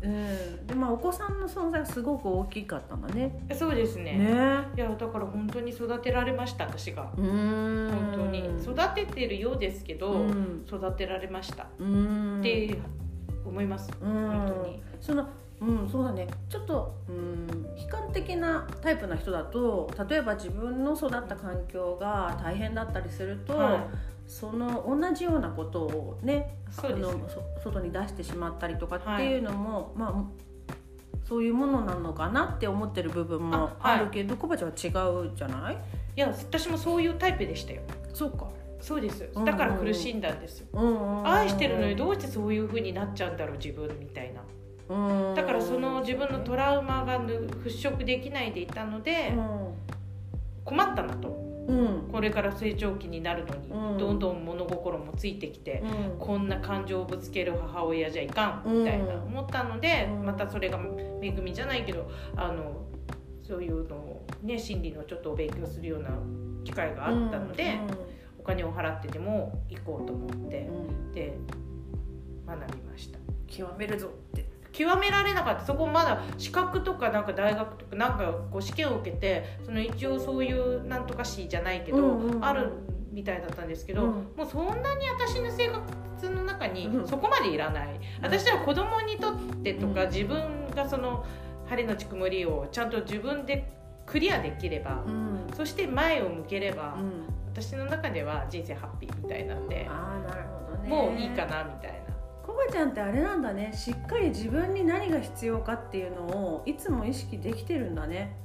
でお子さんの存在がすごく大きかったんだね。 そうですね。いやだから本当に育てられました、私が。本当に育ててるようですけど、育てられましたって思います。本当にそうだね。ちょっと悲観的なタイプな人だと、例えば自分の育った環境が大変だったりすると、その同じようなことをね、外に出してしまったりとかっていうのも、そういうものなのかなって思ってる部分もあるけど、コバちゃんは違うじゃない？ いや、私もそういうタイプでしたよ。 そうか。 そうです。だから苦しんだんですよ。愛してるのにどうしてそういう風になっちゃうんだろう自分みたいな。だからその自分のトラウマが払拭できないでいたので、困ったなと、これから成長期になるのに、どんどん物心もついてきて、こんな感情をぶつける母親じゃいかんみたいな思ったので、またそれが恵みじゃないけどそういうのをね、心理のちょっとお勉強するような機会があったので、お金を払ってでも行こうと思って、で学びました。 極めるぞって極められなかった。そこまだ資格とかなんか大学とかなんかこう試験を受けて、その一応そういうなんとかしじゃないけど、あるみたいだったんですけど、もうそんなに私の生活の中にそこまでいらない。私は子供にとってとか、自分がその晴れのち曇りをちゃんと自分でクリアできれば、そして前を向ければ、私の中では人生ハッピーみたいなんで、 なるほどね、 もういいかなみたいな。 コバちゃんってあれなんだね、しっかり自分に何が必要かっていうのをいつも意識できてるんだね。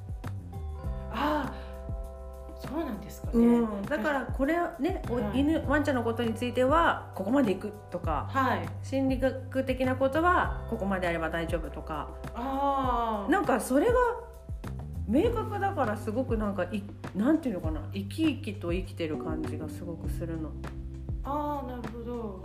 そうなんですかね。 だからこれね、ワンちゃんのことについてはここまでいくとか、心理学的なことはここまであれば大丈夫とか、なんかそれが明確だから、すごくなんていうのかな、生き生きと生きてる感じがすごくするの。 なるほど。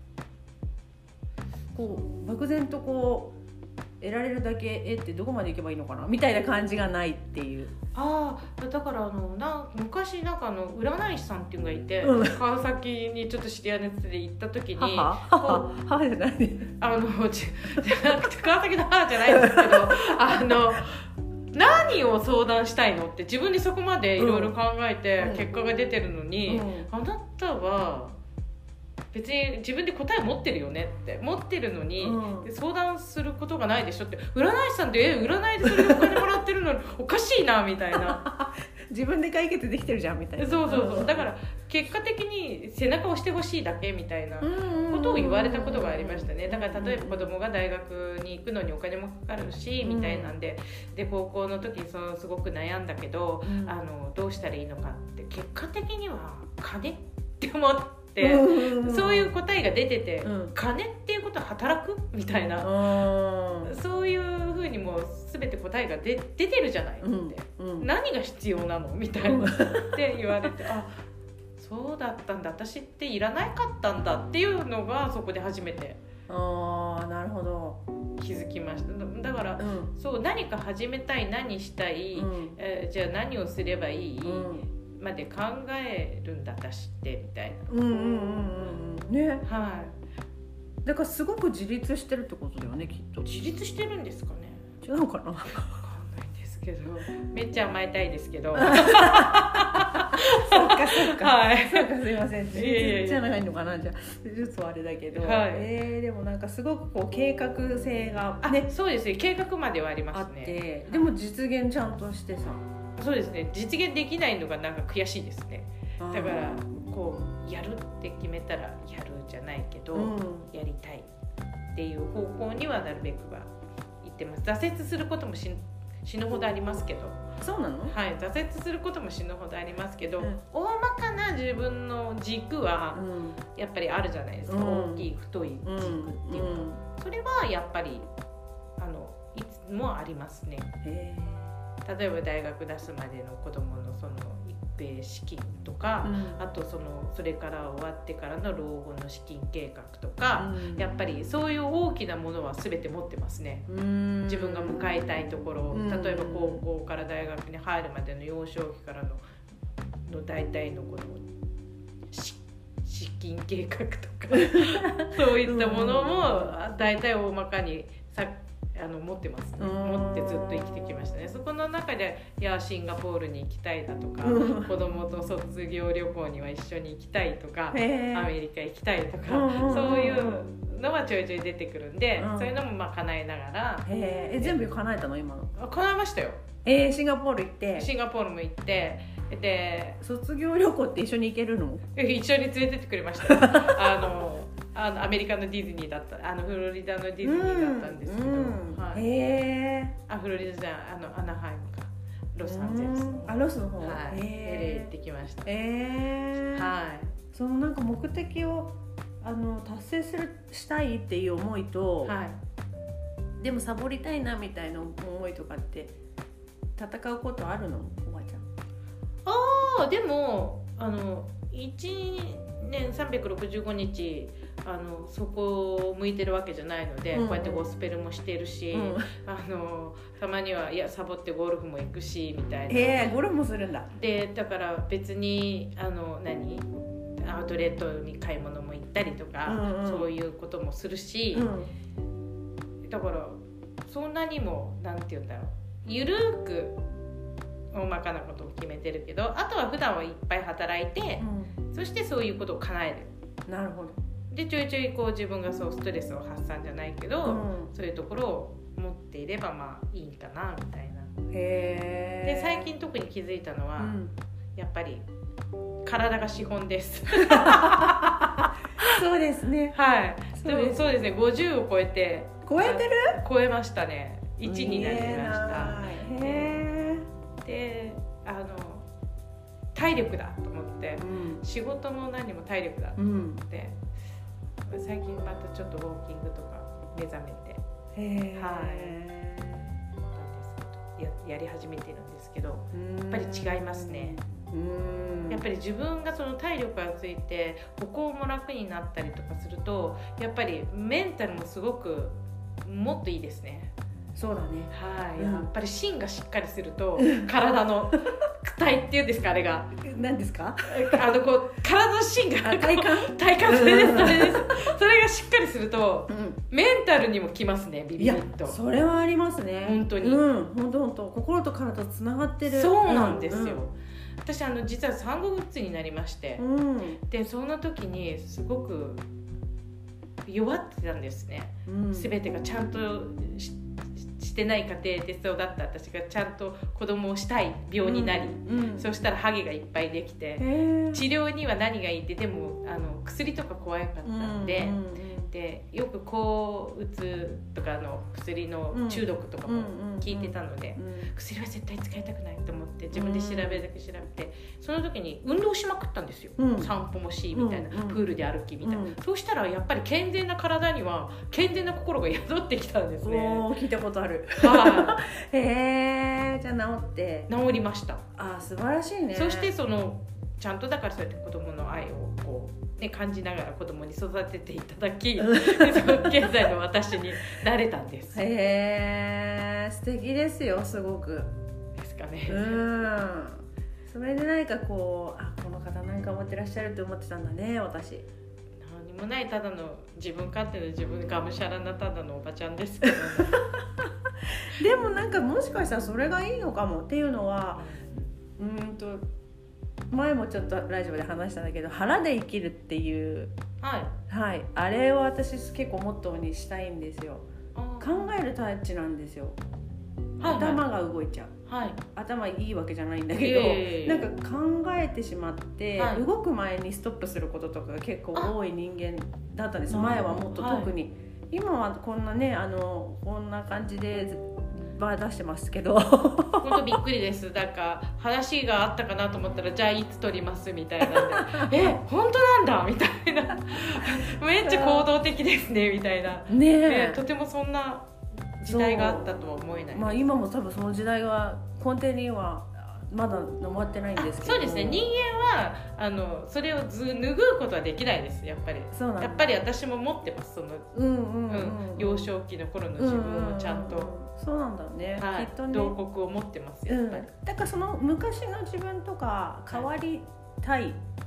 こう漠然とこう得られるだけってどこまで行けばいいのかなみたいな感じがないっていう。 だから昔なんか占い師さんっていうのがいて、川崎にちょっと知り合いのやつで行った時に、 母じゃないじゃなくて川崎の母じゃないんですけど何を相談したいのって自分でそこまでいろいろ考えて結果が出てるのに、あなたは別に自分で答え持ってるよねって持ってるのに、相談することがないでしょって、占い師さんって占いでそれでお金もらってるのにおかしいなみたいな自分で解決できてるじゃんみたいな。 そうだから結果的に背中を押してほしいだけみたいなことを言われたことがありましたね。だから例えば子供が大学に行くのにお金もかかるしみたいなんで、高校の時にすごく悩んだけど、どうしたらいいのかって、結果的には金って思ってそういう答えが出てて、金っていうことは働くみたいな、そういうふうにもう全て答えが出てるじゃないって、何が必要なのみたいなって言われて、そうだったんだ、私っていらなかったんだっていうのがそこで初めてなるほど気づきました。だから、そう何か始めたい、何したい、じゃあ何をすればいい、まで考えるんだ私ってみたいな。 ね、だからすごく自立してるってことだよね、きっと。 自立してるんですかね。 違うかな。分かんないですけど、めっちゃ甘えたいですけど。 そうかそうかすいません。じゃないのかな、じゃあちょっとあれだけど、でもなんかすごくこう計画性がね、 そうですね、計画まではありますね。 あって、でも実現ちゃんとしてさ。 そうですね、実現できないのがなんか悔しいですね。だからこうやるって決めたらやるじゃないけど、やりたいっていう方向にはなるべくは行ってます。挫折することも死ぬほどありますけど。 そうなの？ 挫折することも死ぬほどありますけど、大まかな自分の軸はやっぱりあるじゃないですか。大きい太い軸っていうか、それはやっぱりいつもありますね。例えば大学出すまでの子どものその一平資金とか、あとそれから終わってからの老後の資金計画とか、やっぱりそういう大きなものは全て持ってますね。自分が迎えたいところ、例えば高校から大学に入るまでの幼少期からの大体のこの資金計画とかそういったものも大体大まかに持ってますね。持ってずっと生きてきましたね。そこの中でシンガポールに行きたいだとか、子供と卒業旅行には一緒に行きたいとか、アメリカ行きたいとか、そういうのはちょいちょい出てくるんで、そういうのも叶えながら。 全部叶えたの今の？ 叶えましたよ。 シンガポール行って。 シンガポールも行って、で卒業旅行って一緒に行けるの？ 一緒に連れてってくれましたよ。アメリカのディズニーだった、フロリダのディズニーだったんですけど、フロリダじゃアナハイムかロサンゼルスのロスの方、 LA 行ってきました。 そのなんか目的を達成したいっていう思いと、でもサボりたいなみたいな思いとかって戦うことあるの？おばちゃん。 でも1年365日そこを向いてるわけじゃないので、こうやってゴスペルもしてるし、たまにはサボってゴルフも行くしみたいな。 ゴルフもするんだ。 でだから別にアウトレットに買い物も行ったりとか、そういうこともするし、だからそんなにもなんて言うんだろう、ゆるく大まかなことを決めてるけど、あとは普段はいっぱい働いて、そしてそういうことを叶える。 なるほど。 でちょいちょいこう自分がそうストレスを発散じゃないけど、そういうところを持っていればまあいいかなみたいな。で最近特に気づいたのは、やっぱり体が資本ですそうですね。 でもそうですね、50を超えて超えましたね。1になりました。で体力だと思って、仕事も何も体力だと思って、最近またちょっとウォーキングとか目覚めてやり始めてるんですけど、やっぱり違いますね。やっぱり自分がその体力がついて歩行も楽になったりとかすると、やっぱりメンタルもすごくもっといいですね。 そうだね。 やっぱり芯がしっかりすると体の体っていうんですか、あれが何ですか？ こう体の芯が体幹それです。それがしっかりすると、メンタルにもきますね。ビビッと。 それはありますね。 本当に。 本当心と体つながってる。 そうなんですよ。私実は産後うつになりまして、でその時にすごく弱ってたんですね。全てがちゃんとしてない家庭で育った私がちゃんと子供をしたい病になり、そしたらハゲがいっぱいできて、治療には何がいいって、でも薬とか怖かったんで、でよく抗うつとかの薬の中毒とかも聞いてたので、薬は絶対使いたくないと思って自分で調べるだけ調べて、その時に運動しまくったんですよ。散歩もしみたいな、プールで歩きみたいな。そうしたらやっぱり健全な体には健全な心が宿ってきたんですね。 聞いたことある。じゃあ治りました。 素晴らしいね。 そしてちゃんとだからそうやって子供の愛をこう、感じながら子供に育てていただき現在の私になれたんです。 素敵ですよ、すごく。 ですかね。 それで何かこの方何か思ってらっしゃると思ってたんだね、私。 何もない、ただの自分勝手な自分がむしゃらなただのおばちゃんですけど、ね、 でもなんかもしかしたらそれがいいのかもっていうのは、前もちょっとラジオで話したんだけど、腹で生きるっていう、あれを私結構モットーにしたいんですよ。考えるタッチなんですよ。頭が動いちゃう、頭いいわけじゃないんだけど、なんか考えてしまって、動く前にストップすることとかが結構多い人間だったんです。前はもっと特に、今はこんなねこんな感じでバー出してますけど本当びっくりです。だから話があったかなと思ったら、じゃあいつ撮りますみたいなんで本当なんだみたいなめっちゃ行動的ですねみたいな、とてもそんな時代があったとは思えない。 今も多分その時代は根底にはまだ終わってないんですけど。 そうですね、人間はそれを拭うことはできないです。やっぱりやっぱり私も持ってます、その幼少期の頃の自分をちゃんと。 そうなんだね、きっとね。 慟哭を持ってます、やっぱり。 だからその昔の自分とか変わりたい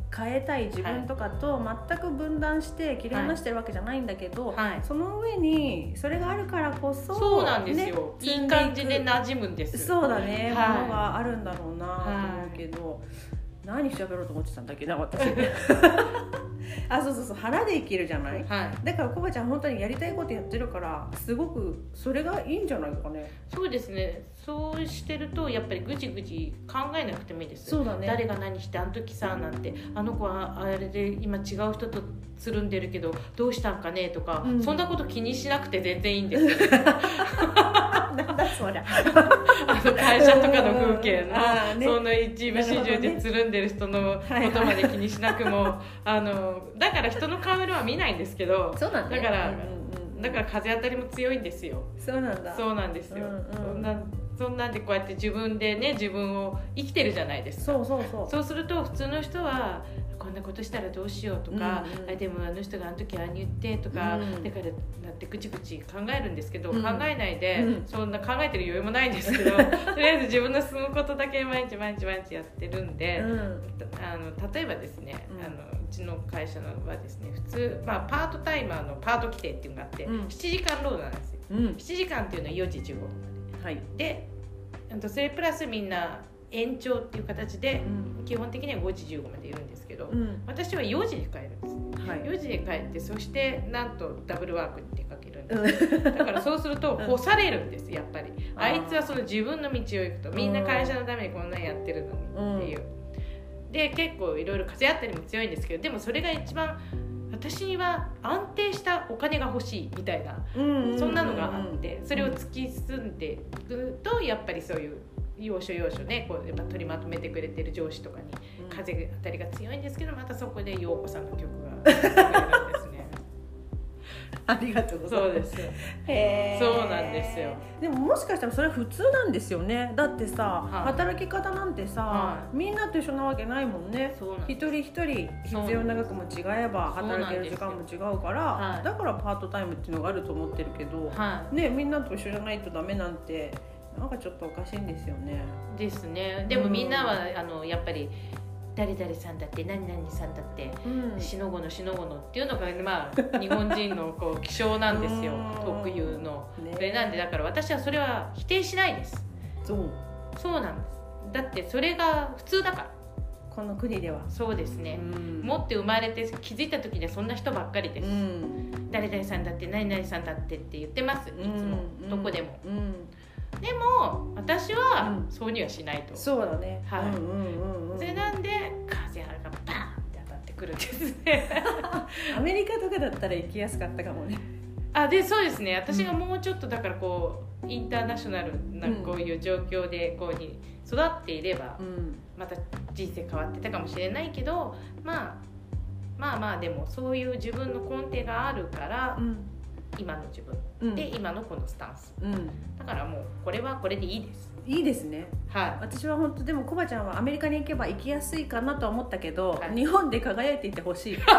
変えたい自分とかと全く分断して切り離してるわけじゃないんだけど、はい、その上にそれがあるからこそ、 そうなんですよ、ね、いい感じで馴染むんです。 そうだね、はい、ものがあるんだろうなと思うけど、はい、何喋ろうと思ってたんだっけな私あ、そうそうそう、腹で生きるじゃない、はい、だからコバちゃん本当にやりたいことやってるからすごくそれがいいんじゃないかね。 そうですね、そうしてるとやっぱりぐちぐち考えなくてもいいです。 そうだね、 誰が何してあの時さなんて、あの子はあれで今違う人とつるんでるけどどうしたんかねとか、うん、そんなこと気にしなくて全然いいんですよなんだそりゃ会社とかの風景の、ね、その一部始終でつるんでる人のことまで気にしなくも、だから人の顔色は見ないんですけど、 そうなんだ、 だから、だから風当たりも強いんですよ。 そうなんだ、 そうなんですよ、そんなんでこうやって自分でね自分を生きてるじゃないですか。そうすると普通の人はこんなことしたらどうしようとか、でもあの人があの時ああ言ってとか、だからだってぐちぐち考えるんですけど、考えないで、そんな考えてる余裕もないんですけどとりあえず自分の進むことだけ毎日やってるんで、例えばですね、うちの会社のはですね、普通、パートタイマーのパート規定っていうのがあって、7時間労働なんですよ、7時間っていうのは4時15分まで、はい、でそれプラスみんな延長っていう形で、基本的には5時15までいるんですけど、私は4時で帰るんですね、はい、4時で帰って、そしてなんとダブルワークに出かけるんです、だからそうすると干されるんです、やっぱりあいつはその自分の道を行くと、みんな会社のためにこんなにやってるのにっていう、で結構いろいろ風当たりも強いんですけど、でもそれが一番私には安定したお金が欲しいみたいな、そんなのがあって、それを突き進んでいくと、やっぱりそういう要所要所ね、こうやっぱ取りまとめてくれてる上司とかに風当たりが強いんですけど、またそこで陽子さんの曲が流れるんですねありがとうございます。 そうです。そうなんですよ。 でももしかしたらそれは普通なんですよね。だってさ、働き方なんてさ、みんなと一緒なわけないもんね。一人一人必要な額も違えば働ける時間も違うから、だからパートタイムっていうのがあると思ってるけど、ね、みんなと一緒じゃないとダメなんてなんかちょっとおかしいんですよね。 ですね。でもみんなはやっぱり誰々さんだって何々さんだって、しのごのっていうのが、日本人のこう気性なんですよ特有の、それなんで、だから私はそれは否定しないです。そうなんです。だってそれが普通だから、 この国では。そうですね、 持って生まれて気づいた時にはそんな人ばっかりです、誰々さんだって何々さんだってって言ってます、いつも、どこでも、でも私はそうにはしないと。 そうだね、 はい、それなんで風がバーンって当たってくるんですねアメリカとかだったら行きやすかったかもね。 そうですね、私がもうちょっとだからこうインターナショナルなこういう状況でこうに育っていれば、また人生変わってたかもしれないけど、まあでもそういう自分の根底があるから、今の自分で、今のこのスタンス、だからもうこれはこれでいいです。 いいですね。 はい。 私は本当でもコバちゃんはアメリカに行けば行きやすいかなとは思ったけど、日本で輝いていてほしい。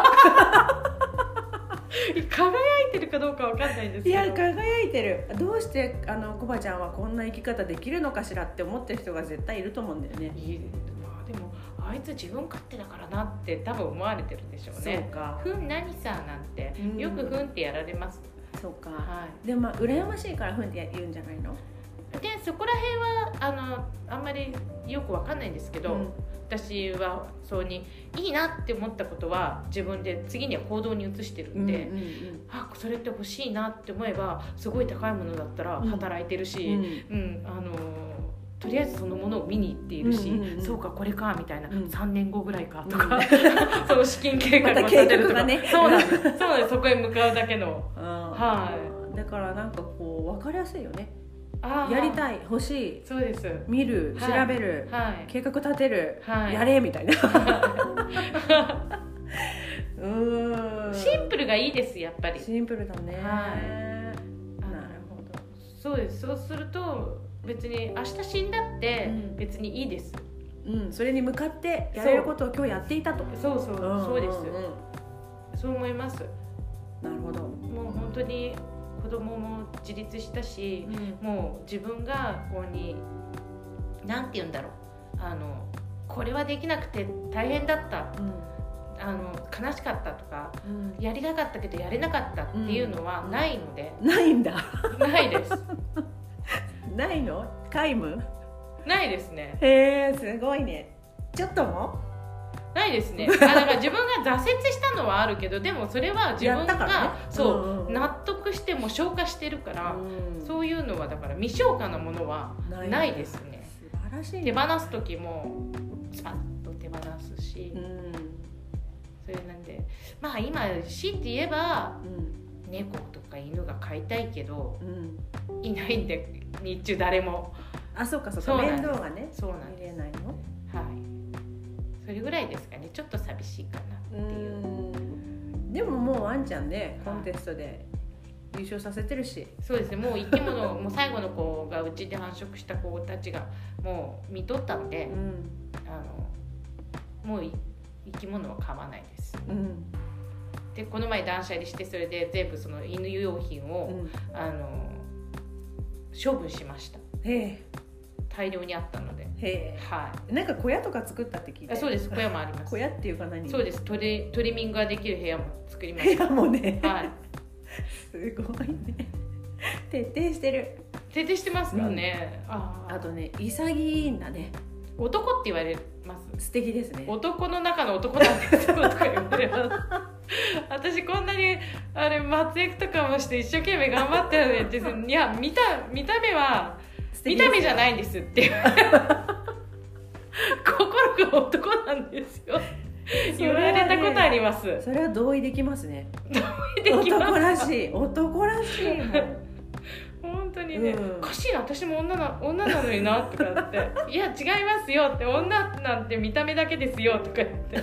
輝いてるかどうかわかんないんですけど。 いや輝いてる。どうしてコバちゃんはこんな生き方できるのかしらって思ってる人が絶対いると思うんだよね。 でもあいつ自分勝手だからなって多分思われてるんでしょうね。 そうか。 ふん何さなんて、よくふんってやられます。 そうか、でも羨ましいからふんって言うんじゃないの。 でそこら辺はあんまりよくわかんないんですけど、私はそうにいいなって思ったことは自分で次には行動に移してるんで、それって欲しいなって思えばすごい高いものだったら働いてるし、とりあえずそのものを見に行っているし、そうかこれかみたいな、3年後ぐらいかとか、その資金計画を立てるとか、そうなんです、そこへ向かうだけの、 だからなんかこう分かりやすいよね。やりたい、欲しい、 そうです、 見る、調べる、計画立てる、やれみたいな。 シンプルがいいです、やっぱり。 シンプルだね。なるほど。 そうです。そうすると別に明日死んだって別にいいです。 それに向かってやれることを今日やっていたと。 そうです。そう思います。 なるほど。 もう本当に子供も自立したし、もう自分がこうになんて言うんだろう、これはできなくて大変だった、 悲しかったとか、やりたかったけどやれなかったっていうのはないので、 ないんだないですないの？皆無？ ないですね。 へえ、すごいね。ちょっとも？ ないですね。だから自分が挫折したのはあるけど、でもそれは自分が、ね、そう、納得しても消化してるから、そういうのはだから未消化なものはないですね。 素晴らしいね。 手放す時もスパッと手放すし、それなんでまあ今強いて言えば、猫とか犬が飼いたいけど、いないんで日中誰も。 あ、そうかそうか、面倒がね、 そうなんです。 見れないの。 はい。それぐらいですかね。ちょっと寂しいかなっていう。 でももうワンちゃんでコンテストで優勝させてるし。 そうですね。もう生き物もう最後の子がうちで繁殖した子たちがもう見とったので、もう生き物は飼わないです。でこの前断捨離して、それで全部その犬用品を、処分しました。大量にあったので。はい。 なんか小屋とか作ったって聞いて。 そうです。小屋もあります。 小屋っていうか何？ そうです。トリミングができる部屋も作りました。 部屋もね。 はい。 すごいね。徹底してる。 徹底してますからね。 あとね、潔いんだね。 男って言われます。 素敵ですね。 男の中の男なんですよとか言われます。私こんなに松役とかもして一生懸命頑張ってるのに、いや見た目は見た目じゃないんですっていう心が男なんですよ言われたことあります。 それは同意できますね。 同意できます。 男らしい、男らしいもん本当にね、おかしいな、私も女なのになとかっていや違いますよって、女なんて見た目だけですよとか言って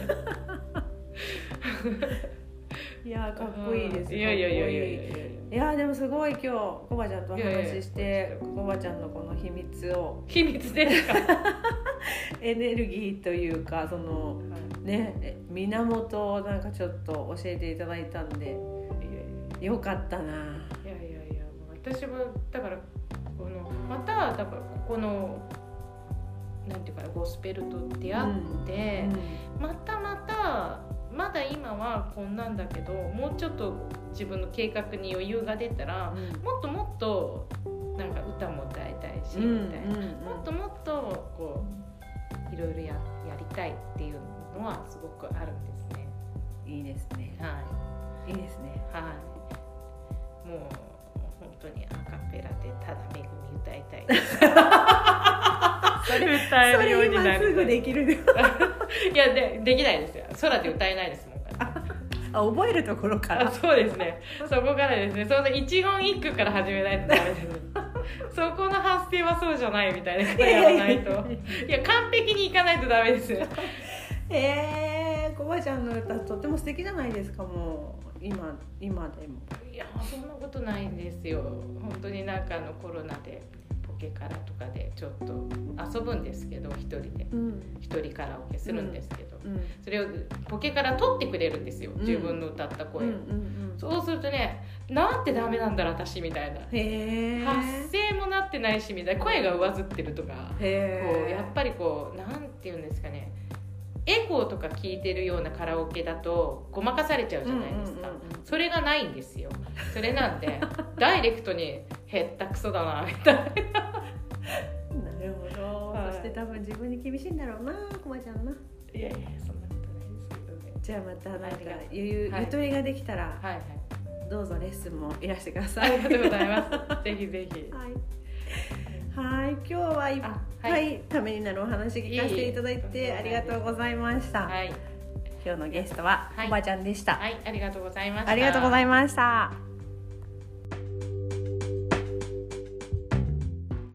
いやかっこいいです。 いやでもすごい今日コバちゃんとお話しして、コバちゃんのこの秘密ですかエネルギーというか、そのね、源をなんかちょっと教えていただいたんでよかったな。 私はだからまただからここのなんていうかゴスペルと出会って、まだ今はこんなんだけど、もうちょっと自分の計画に余裕が出たら、もっともっとなんか歌も歌いたいしみたいな、もっともっとこういろいろやりたいっていうのはすごくあるんですね。 いいですね。 はい。 いいですね。 はい。もう本当にアカペラでただめぐみ歌いたいです。歌えるようになる。それ今すぐできる。いやできないですよ。空で歌えないですもん。 覚えるところから。 そうですね。そこからですね。その一言一句から始めないとダメです。そこの発声はそうじゃないみたいなことやらないと。いや完璧にいかないとダメですよ。 コバちゃんの歌とっても素敵じゃないですか。もう今でも。 いやそんなことないんですよ。本当になんかコロナでポケカラとかでちょっと遊ぶんですけど、一人で、一人カラオケするんですけど、それをポケカラ取ってくれるんですよ、自分の歌った声を、そうするとね、なんてダメなんだろ私みたいな、発声もなってないしみたいな、声が上ずってるとか、こうやっぱりこうなんていうんですかね、エコーとか聞いてるようなカラオケだとごまかされちゃうじゃないですか、それがないんですよ。それなんでダイレクトにへったくそだなみたいな。なるほど、そして多分自分に厳しいんだろうな、コバちゃんな。 いやそんなことないですけどね。 じゃあまたなんかゆとりができたら、どうぞレッスンもいらしてください。 ありがとうございます。ぜひぜひ。 はい、今日はいっぱいためになるお話聞かせていただいてありがとうございました。今日のゲストはコバちゃんでした。 ありがとうございました。 ありがとうございました。